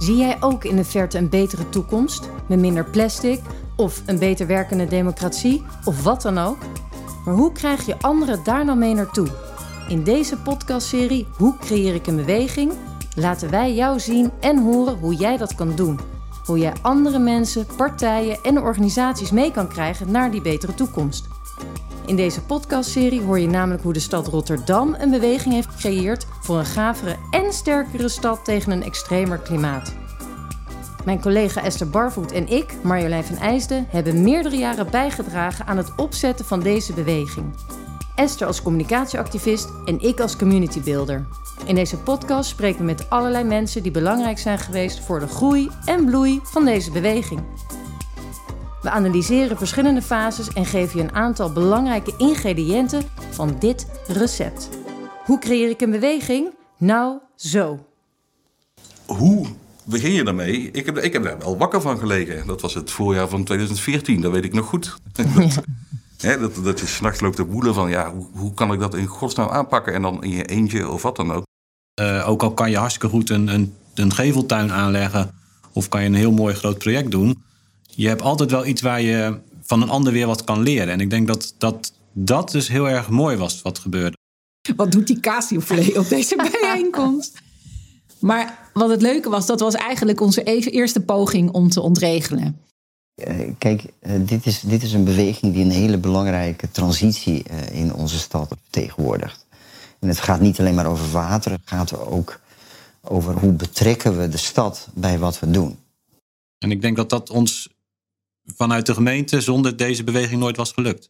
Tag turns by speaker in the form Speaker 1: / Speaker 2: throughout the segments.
Speaker 1: Zie jij ook in de verte een betere toekomst? Met minder plastic? Of een beter werkende democratie? Of wat dan ook? Maar hoe krijg je anderen daar nou mee naartoe? In deze podcastserie Hoe creëer ik een beweging? Laten wij jou zien en horen hoe jij dat kan doen. Hoe jij andere mensen, partijen en organisaties mee kan krijgen naar die betere toekomst. In deze podcastserie hoor je namelijk hoe de stad Rotterdam een beweging heeft gecreëerd voor een gavere en sterkere stad tegen een extremer klimaat. Mijn collega Esther Barvoet en ik, Marjolein van Eijsden, hebben meerdere jaren bijgedragen aan het opzetten van deze beweging. Esther als communicatieactivist en ik als community builder. In deze podcast spreken we met allerlei mensen die belangrijk zijn geweest voor de groei en bloei van deze beweging. We analyseren verschillende fases en geven je een aantal belangrijke ingrediënten van dit recept. Hoe creëer ik een beweging? Nou, zo.
Speaker 2: Hoe begin je daarmee? Ik heb daar wel wakker van gelegen. Dat was het voorjaar van 2014, dat weet ik nog goed. Dat je 's nachts loopt te woelen van, ja, hoe kan ik dat in godsnaam aanpakken? En dan in je eentje of wat dan ook.
Speaker 3: Ook al kan je hartstikke goed een geveltuin aanleggen of kan je een heel mooi groot project doen, je hebt altijd wel iets waar je van een ander weer wat kan leren. En ik denk dat dus heel erg mooi was wat gebeurde.
Speaker 4: Wat doet die Casio-vlee op deze bijeenkomst? Maar wat het leuke was, dat was eigenlijk onze eerste poging om te ontregelen.
Speaker 5: Kijk, dit is een beweging die een hele belangrijke transitie in onze stad vertegenwoordigt. En het gaat niet alleen maar over water, het gaat ook over hoe betrekken we de stad bij wat we doen.
Speaker 3: En ik denk dat ons vanuit de gemeente zonder deze beweging nooit was gelukt.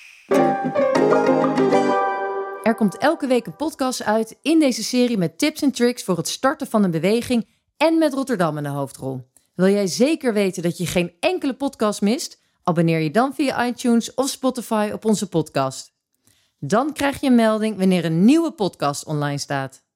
Speaker 1: Er komt elke week een podcast uit in deze serie met tips en tricks voor het starten van een beweging en met Rotterdam in de hoofdrol. Wil jij zeker weten dat je geen enkele podcast mist? Abonneer je dan via iTunes of Spotify op onze podcast. Dan krijg je een melding wanneer een nieuwe podcast online staat.